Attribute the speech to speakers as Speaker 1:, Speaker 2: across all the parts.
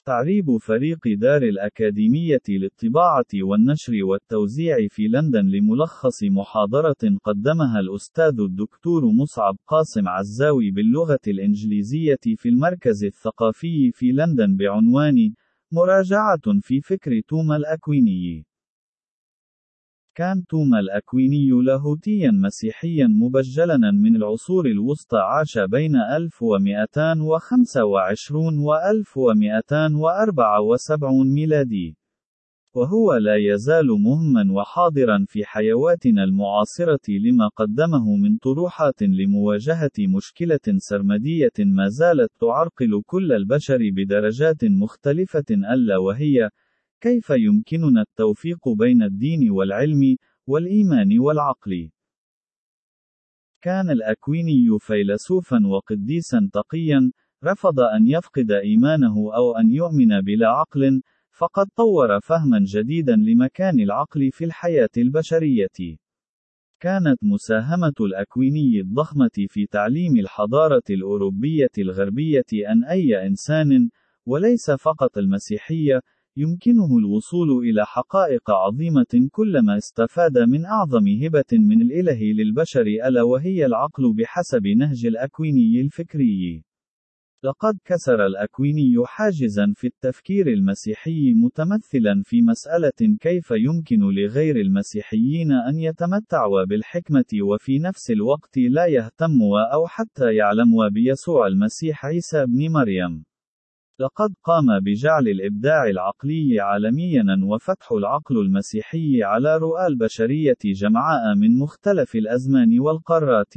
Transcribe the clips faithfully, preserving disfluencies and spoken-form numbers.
Speaker 1: تعريب فريق دار الأكاديمية للطباعة والنشر والتوزيع في لندن لملخص محاضرة قدمها الأستاذ الدكتور مصعب قاسم عزاوي باللغة الإنجليزية في المركز الثقافي في لندن بعنوان مراجعة في فكر توما الأكويني. كان توما الأكويني لاهوتيا مسيحيا مبجلا من العصور الوسطى، عاش بين ألف ومئتين وخمسة وعشرين و ألف ومئتين وأربعة وسبعين ميلادي، وهو لا يزال مهما وحاضرا في حياتنا المعاصرة لما قدمه من طروحات لمواجهة مشكلة سرمدية ما زالت تعرقل كل البشر بدرجات مختلفة، ألا وهي كيف يمكننا التوفيق بين الدين والعلم، والإيمان والعقل. كان الأكويني فيلسوفا وقديسا تقيا، رفض أن يفقد إيمانه أو أن يؤمن بلا عقل، فقد طور فهما جديدا لمكان العقل في الحياة البشرية. كانت مساهمة الأكويني الضخمة في تعليم الحضارة الأوروبية الغربية أن أي إنسان، وليس فقط المسيحية، يمكنه الوصول إلى حقائق عظيمة كلما استفاد من أعظم هبة من الإله للبشر، ألا وهي العقل بحسب نهج الأكويني الفكري. لقد كسر الأكويني حاجزا في التفكير المسيحي، متمثلا في مسألة كيف يمكن لغير المسيحيين أن يتمتعوا بالحكمة وفي نفس الوقت لا يهتموا أو حتى يعلموا بيسوع المسيح عيسى ابن مريم. لقد قام بجعل الإبداع العقلي عالميا وفتح العقل المسيحي على رؤى البشرية جمعاء من مختلف الأزمان والقارات.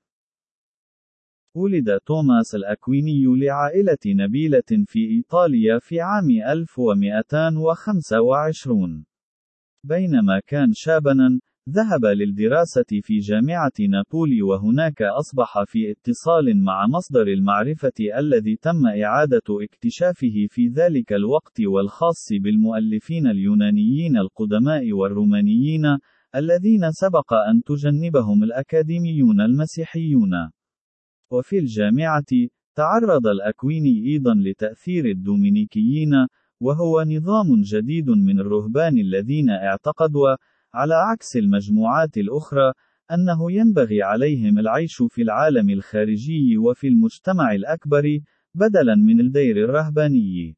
Speaker 1: ولد توماس الأكويني لعائلة نبيلة في إيطاليا في عام ألف ومئتين وخمسة وعشرين. بينما كان شابا، ذهب للدراسة في جامعة نابولي، وهناك أصبح في اتصال مع مصدر المعرفة الذي تم إعادة اكتشافه في ذلك الوقت، والخاص بالمؤلفين اليونانيين القدماء والرومانيين، الذين سبق أن تجنبهم الأكاديميون المسيحيون. وفي الجامعة، تعرض الأكويني أيضا لتأثير الدومينيكيين، وهو نظام جديد من الرهبان الذين اعتقدوا، على عكس المجموعات الأخرى، أنه ينبغي عليهم العيش في العالم الخارجي وفي المجتمع الأكبر، بدلاً من الدير الرهباني.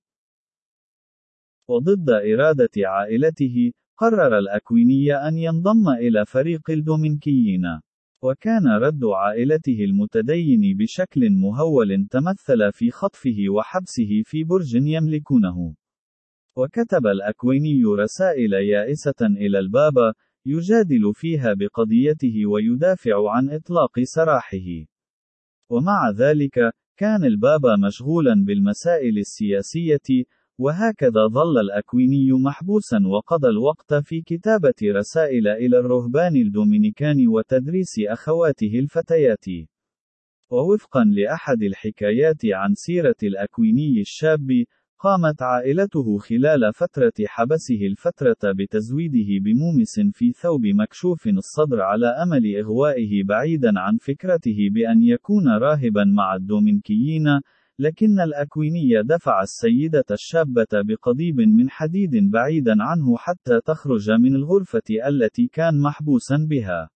Speaker 1: وضد إرادة عائلته، قرر الأكويني أن ينضم إلى فريق الدومينيكيين. وكان رد عائلته المتدين بشكل مهول تمثل في خطفه وحبسه في برج يملكونه. وكتب الأكويني رسائل يائسة إلى البابا، يجادل فيها بقضيته ويدافع عن إطلاق سراحه. ومع ذلك، كان البابا مشغولا بالمسائل السياسية، وهكذا ظل الأكويني محبوسا وقضى الوقت في كتابة رسائل إلى الرهبان الدومينيكان وتدريس أخواته الفتيات. ووفقا لأحد الحكايات عن سيرة الأكويني الشاب، قامت عائلته خلال فترة حبسه الفترة بتزويده بمومس في ثوب مكشوف الصدر على أمل إغوائه بعيدا عن فكرته بأن يكون راهبا مع الدومينيكيين، لكن الأكويني دفع السيدة الشابة بقضيب من حديد بعيدا عنه حتى تخرج من الغرفة التي كان محبوسا بها.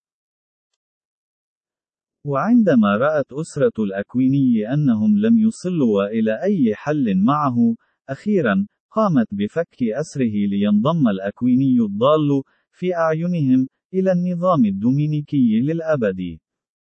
Speaker 1: وعندما رأت أسرة الأكويني أنهم لم يصلوا إلى أي حل معه، أخيرا قامت بفك أسره لينضم الأكويني الضال في أعينهم إلى النظام الدومينيكي للأبد.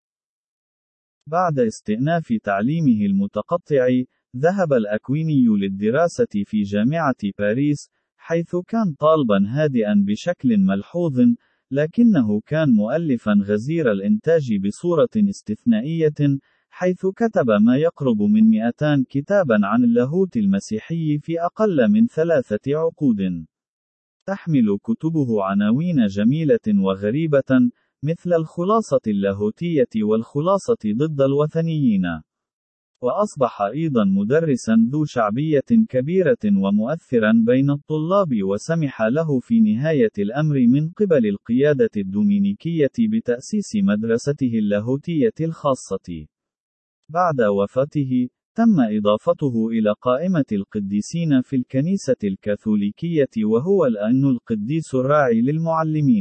Speaker 1: بعد استئناف تعليمه المتقطع، ذهب الأكويني للدراسة في جامعة باريس، حيث كان طالبا هادئا بشكل ملحوظ، لكنه كان مؤلفا غزير الإنتاج بصورة استثنائية، حيث كتب ما يقرب من مئتين كتابا عن اللاهوت المسيحي في أقل من ثلاثة عقود. تحمل كتبه عناوين جميلة وغريبة، مثل الخلاصة اللاهوتية والخلاصة ضد الوثنيين. وأصبح أيضا مدرسا ذو شعبية كبيرة ومؤثرا بين الطلاب، وسمح له في نهاية الأمر من قبل القيادة الدومينيكية بتأسيس مدرسته اللاهوتية الخاصة. بعد وفاته، تم إضافته إلى قائمة القديسين في الكنيسة الكاثوليكية، وهو الآن القديس الراعي للمعلمين.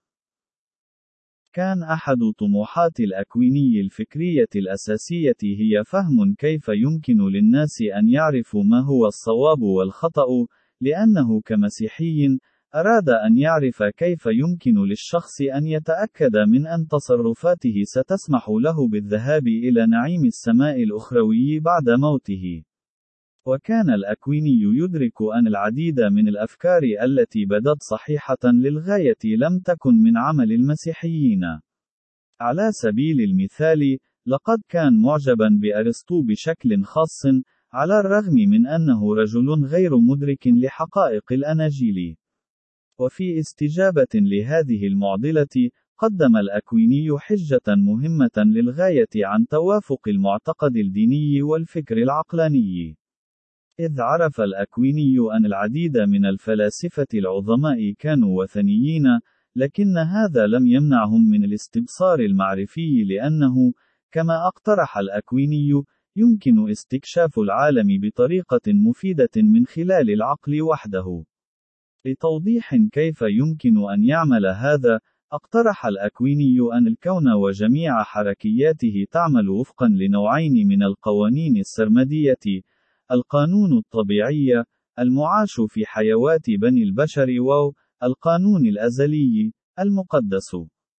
Speaker 1: كان أحد طموحات الأكويني الفكرية الأساسية هي فهم كيف يمكن للناس أن يعرفوا ما هو الصواب والخطأ، لأنه كمسيحي أراد أن يعرف كيف يمكن للشخص أن يتأكد من أن تصرفاته ستسمح له بالذهاب إلى نعيم السماء الأخروي بعد موته. وكان الأكويني يدرك أن العديد من الأفكار التي بدت صحيحة للغاية لم تكن من عمل المسيحيين. على سبيل المثال، لقد كان معجبا بأرسطو بشكل خاص، على الرغم من أنه رجل غير مدرك لحقائق الأناجيل. وفي استجابة لهذه المعضلة، قدم الأكويني حجة مهمة للغاية عن توافق المعتقد الديني والفكر العقلاني. إذ عرف الأكويني أن العديد من الفلاسفة العظماء كانوا وثنيين، لكن هذا لم يمنعهم من الاستبصار المعرفي، لأنه، كما اقترح الأكويني، يمكن استكشاف العالم بطريقة مفيدة من خلال العقل وحده. لتوضيح كيف يمكن أن يعمل هذا، اقترح الأكويني أن الكون وجميع حركياته تعمل وفقا لنوعين من القوانين السرمدية: القانون الطبيعي، المعاش في حيوات بني البشر، والقانون الأزلي، المقدس.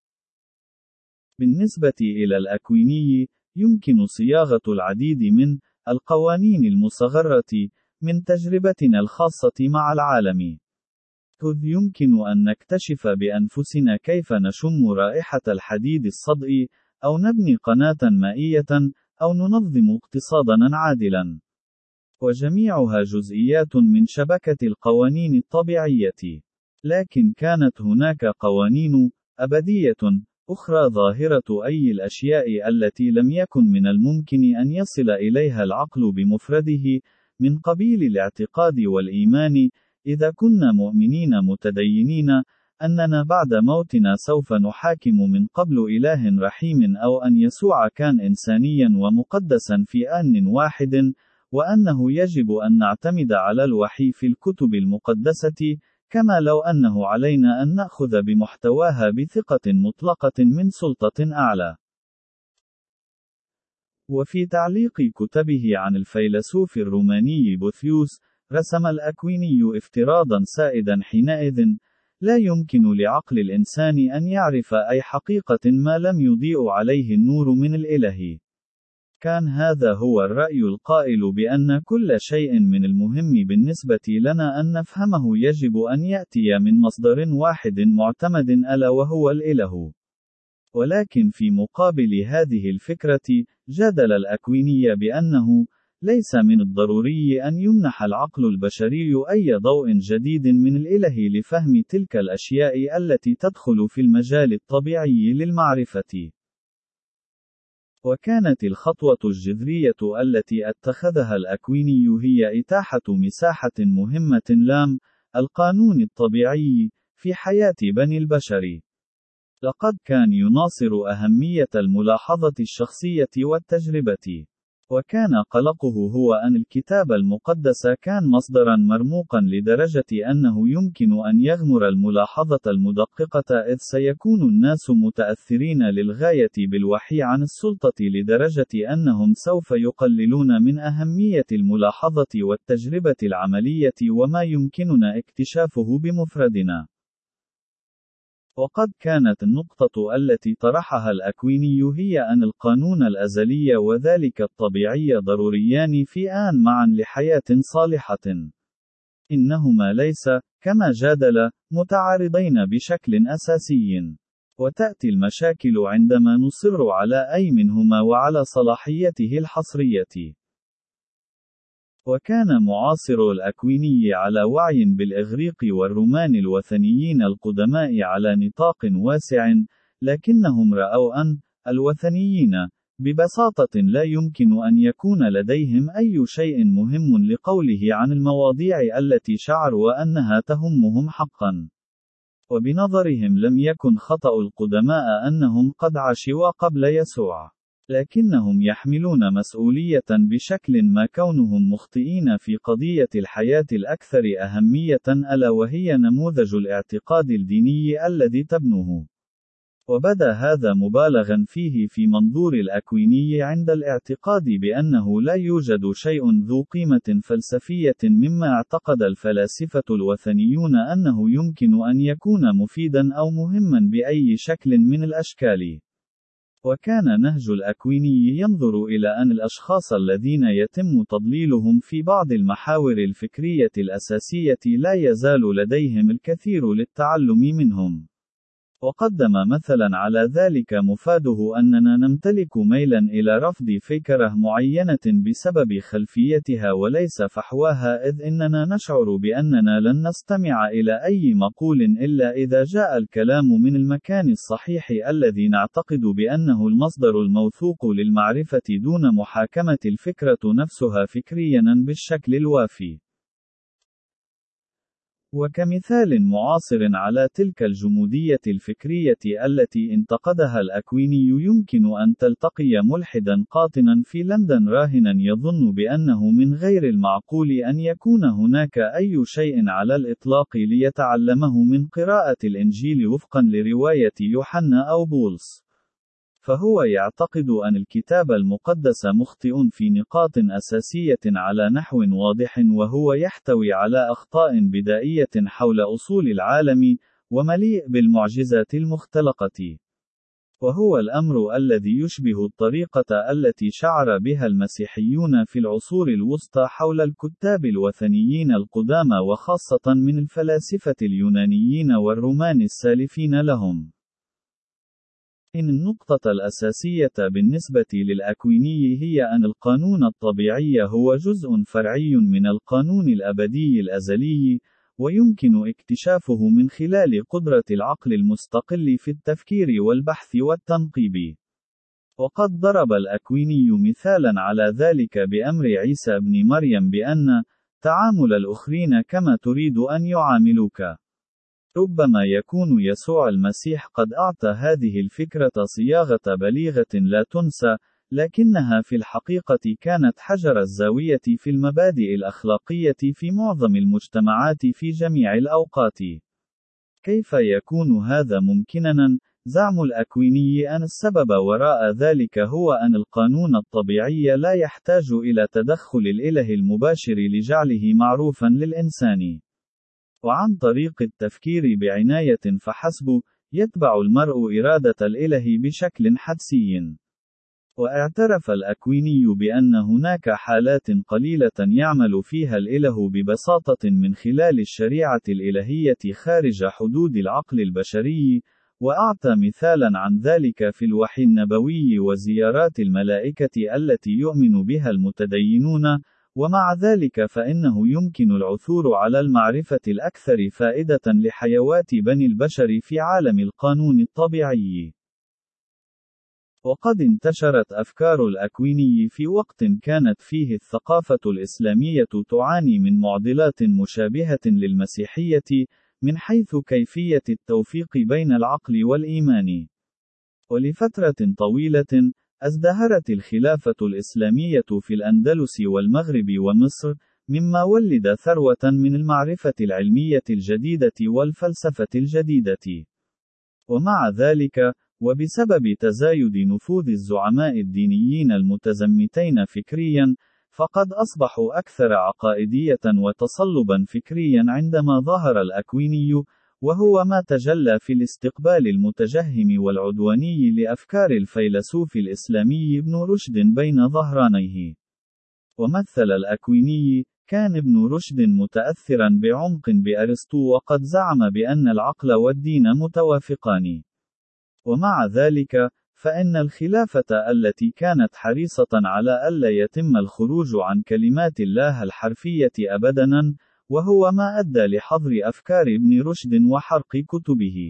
Speaker 1: بالنسبة إلى الأكويني، يمكن صياغة العديد من القوانين المصغرة من تجربتنا الخاصة مع العالم. إذ يمكن أن نكتشف بأنفسنا كيف نشم رائحة الحديد الصدئ، أو نبني قناة مائية، أو ننظم اقتصادنا عادلا. وجميعها جزئيات من شبكة القوانين الطبيعية. لكن كانت هناك قوانين أبدية أخرى ظاهرة أي الأشياء التي لم يكن من الممكن أن يصل إليها العقل بمفرده، من قبيل الاعتقاد والإيمان، إذا كنا مؤمنين متدينين، أننا بعد موتنا سوف نحاكم من قبل إله رحيم، أو أن يسوع كان إنسانيا ومقدسا في آن واحد، وأنه يجب أن نعتمد على الوحي في الكتب المقدسة، كما لو أنه علينا أن نأخذ بمحتواها بثقة مطلقة من سلطة أعلى. وفي تعليق كتبه عن الفيلسوف الروماني بوثيوس، رسم الأكويني افتراضا سائدا حينئذ: لا يمكن لعقل الإنسان أن يعرف أي حقيقة ما لم يضيء عليه النور من الإله. كان هذا هو الرأي القائل بأن كل شيء من المهم بالنسبة لنا أن نفهمه يجب أن يأتي من مصدر واحد معتمد، ألا وهو الإله. ولكن في مقابل هذه الفكرة، جادل الأكويني بأنه ليس من الضروري أن يمنح العقل البشري أي ضوء جديد من الإله لفهم تلك الأشياء التي تدخل في المجال الطبيعي للمعرفة. وكانت الخطوة الجذرية التي اتخذها الأكويني هي إتاحة مساحة مهمة لام القانون الطبيعي في حياة بني البشر. لقد كان يناصر أهمية الملاحظة الشخصية والتجربة. وكان قلقه هو أن الكتاب المقدس كان مصدرا مرموقا لدرجة أنه يمكن أن يغمر الملاحظة المدققة، إذ سيكون الناس متأثرين للغاية بالوحي عن السلطة لدرجة أنهم سوف يقللون من أهمية الملاحظة والتجربة العملية وما يمكننا اكتشافه بمفردنا. وقد كانت النقطة التي طرحها الأكويني هي أن القانون الأزلي وذلك الطبيعي ضروريان في آن معا لحياة صالحة. إنهما ليس، كما جادل، متعارضين بشكل أساسي. وتأتي المشاكل عندما نصر على أي منهما وعلى صلاحيته الحصرية. وكان معاصر الأكويني على وعي بالإغريق والرومان الوثنيين القدماء على نطاق واسع، لكنهم رأوا أن الوثنيين ببساطة لا يمكن أن يكون لديهم أي شيء مهم لقوله عن المواضيع التي شعروا أنها تهمهم حقا. وبنظرهم لم يكن خطأ القدماء أنهم قد عاشوا قبل يسوع. لكنهم يحملون مسؤولية بشكل ما كونهم مخطئين في قضية الحياة الأكثر أهمية، ألا وهي نموذج الاعتقاد الديني الذي تبنوه. وبدا هذا مبالغا فيه في منظور الأكويني عند الاعتقاد بأنه لا يوجد شيء ذو قيمة فلسفية مما اعتقد الفلاسفة الوثنيون أنه يمكن أن يكون مفيدا أو مهما بأي شكل من الأشكال. وكان نهج الأكويني ينظر إلى أن الأشخاص الذين يتم تضليلهم في بعض المحاور الفكرية الأساسية لا يزال لديهم الكثير للتعلم منهم. وقدم مثلا على ذلك مفاده أننا نمتلك ميلا إلى رفض فكرة معينة بسبب خلفيتها وليس فحواها، إذ إننا نشعر بأننا لن نستمع إلى أي مقول إلا إذا جاء الكلام من المكان الصحيح الذي نعتقد بأنه المصدر الموثوق للمعرفة دون محاكمة الفكرة نفسها فكريا بالشكل الوافي. وكمثال معاصر على تلك الجمودية الفكرية التي انتقدها الأكويني، يمكن أن تلتقي ملحدا قاطنا في لندن راهنا يظن بأنه من غير المعقول أن يكون هناك أي شيء على الإطلاق ليتعلمه من قراءة الإنجيل وفقا لرواية يوحنا أو بولس. فهو يعتقد أن الكتاب المقدس مخطئ في نقاط أساسية على نحو واضح، وهو يحتوي على أخطاء بدائية حول أصول العالم، ومليء بالمعجزات المختلقة. وهو الأمر الذي يشبه الطريقة التي شعر بها المسيحيون في العصور الوسطى حول الكتاب الوثنيين القدامى، وخاصة من الفلاسفة اليونانيين والرومان السالفين لهم. إن النقطة الأساسية بالنسبة للأكويني هي أن القانون الطبيعي هو جزء فرعي من القانون الأبدي الأزلي، ويمكن اكتشافه من خلال قدرة العقل المستقل في التفكير والبحث والتنقيب. وقد ضرب الأكويني مثالا على ذلك بأمر عيسى ابن مريم بأن تعامل الآخرين كما تريد أن يعاملوك. ربما يكون يسوع المسيح قد أعطى هذه الفكرة صياغة بليغة لا تنسى، لكنها في الحقيقة كانت حجر الزاوية في المبادئ الأخلاقية في معظم المجتمعات في جميع الأوقات. كيف يكون هذا ممكنا؟ زعم الأكويني أن السبب وراء ذلك هو أن القانون الطبيعي لا يحتاج إلى تدخل الإله المباشر لجعله معروفا للإنسان. وعن طريق التفكير بعناية فحسب، يتبع المرء إرادة الإله بشكل حدسي. واعترف الأكويني بأن هناك حالات قليلة يعمل فيها الإله ببساطة من خلال الشريعة الإلهية خارج حدود العقل البشري، وأعطى مثالا عن ذلك في الوحي النبوي وزيارات الملائكة التي يؤمن بها المتدينون. ومع ذلك فإنه يمكن العثور على المعرفة الأكثر فائدة لحيوات بني البشر في عالم القانون الطبيعي. وقد انتشرت أفكار الأكويني في وقت كانت فيه الثقافة الإسلامية تعاني من معضلات مشابهة للمسيحية، من حيث كيفية التوفيق بين العقل والإيمان. ولفترة طويلة، ازدهرت الخلافة الإسلامية في الأندلس والمغرب ومصر، مما ولد ثروة من المعرفة العلمية الجديدة والفلسفة الجديدة. ومع ذلك، وبسبب تزايد نفوذ الزعماء الدينيين المتزمتين فكريا، فقد أصبحوا أكثر عقائدية وتصلبا فكريا عندما ظهر الأكويني، وهو ما تجلى في الاستقبال المتجهم والعدواني لأفكار الفيلسوف الإسلامي ابن رشد بين ظهرانيه. ومثل الأكويني، كان ابن رشد متأثرا بعمق بأرسطو، وقد زعم بأن العقل والدين متوافقان. ومع ذلك، فإن الخلافة التي كانت حريصة على ألا يتم الخروج عن كلمات الله الحرفية أبداً، وهو ما أدى لحظر أفكار ابن رشد وحرق كتبه.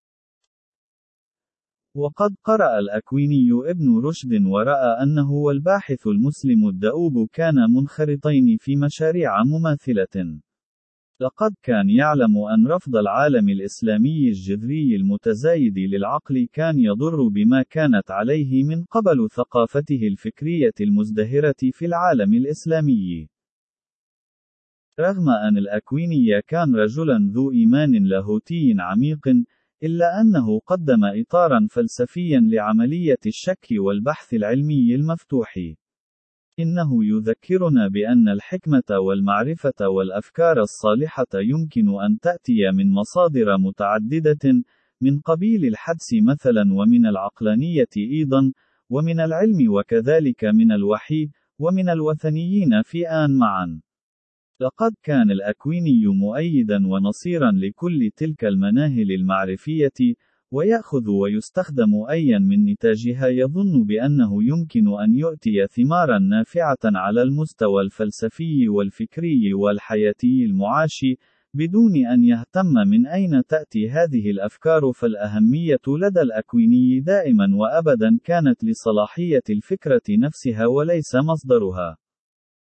Speaker 1: وقد قرأ الأكويني ابن رشد ورأى أنه والباحث المسلم الدؤوب كانا منخرطين في مشاريع مماثلة. لقد كان يعلم أن رفض العالم الإسلامي الجذري المتزايد للعقل كان يضر بما كانت عليه من قبل ثقافته الفكرية المزدهرة في العالم الإسلامي. رغم أن الأكويني كان رجلا ذو إيمان لاهوتي عميق، إلا أنه قدم إطارا فلسفيا لعملية الشك والبحث العلمي المفتوح. إنه يذكرنا بأن الحكمة والمعرفة والأفكار الصالحة يمكن أن تأتي من مصادر متعددة، من قبيل الحدس مثلا ومن العقلانية أيضا، ومن العلم وكذلك من الوحي، ومن الوثنيين في آن معا. لقد كان الأكويني مؤيدا ونصيرا لكل تلك المناهل المعرفية، ويأخذ ويستخدم أيا من نتاجها يظن بأنه يمكن أن يؤتي ثمارا نافعة على المستوى الفلسفي والفكري والحياتي المعاش، بدون أن يهتم من أين تأتي هذه الأفكار. فالأهمية لدى الأكويني دائما وأبدا كانت لصلاحية الفكرة نفسها وليس مصدرها.